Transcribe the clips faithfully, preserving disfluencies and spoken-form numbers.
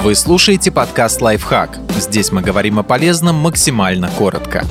Вы слушаете подкаст «Лайфхак». Здесь мы говорим о полезном максимально коротко.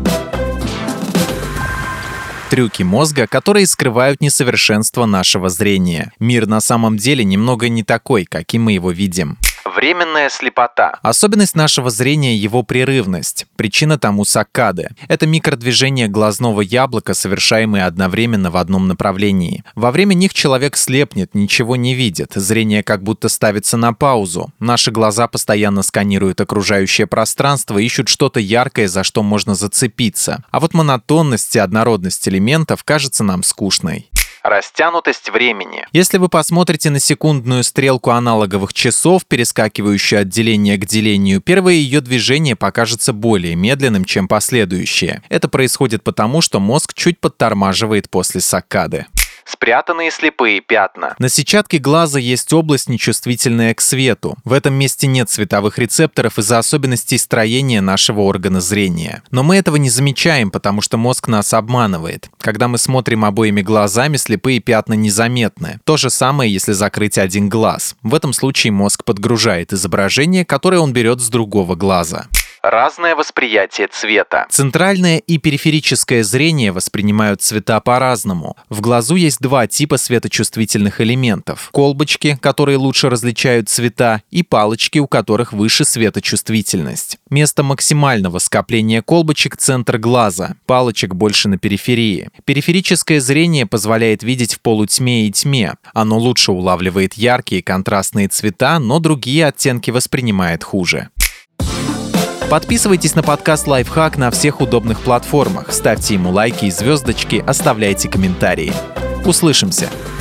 Трюки мозга, которые скрывают несовершенство нашего зрения. Мир на самом деле немного не такой, каким мы его видим. Временная слепота. Особенность нашего зрения — его прерывность. Причина тому саккады. Это микродвижения глазного яблока, совершаемые одновременно в одном направлении. Во время них человек слепнет, ничего не видит. Зрение как будто ставится на паузу. Наши глаза постоянно сканируют окружающее пространство, ищут что-то яркое, за что можно зацепиться. А вот монотонность и однородность элементов кажется нам скучной. Растянутость времени. Если вы посмотрите на секундную стрелку аналоговых часов, перескакивающую от деления к делению, первое ее движение покажется более медленным, чем последующее. Это происходит потому, что мозг чуть подтормаживает после саккады. Спрятанные слепые пятна. На сетчатке глаза есть область, нечувствительная к свету. В этом месте нет световых рецепторов из-за особенностей строения нашего органа зрения. Но мы этого не замечаем, потому что мозг нас обманывает. Когда мы смотрим обоими глазами, слепые пятна незаметны. То же самое, если закрыть один глаз. В этом случае мозг подгружает изображение, которое он берет с другого глаза. Разное восприятие цвета. Центральное и периферическое зрение воспринимают цвета по-разному. В глазу есть два типа светочувствительных элементов. Колбочки, которые лучше различают цвета, и палочки, у которых выше светочувствительность. Место максимального скопления колбочек — центр глаза, палочек больше на периферии. Периферическое зрение позволяет видеть в полутьме и тьме. Оно лучше улавливает яркие контрастные цвета, но другие оттенки воспринимает хуже. Подписывайтесь на подкаст «Лайфхак» на всех удобных платформах, ставьте ему лайки и звездочки, оставляйте комментарии. Услышимся!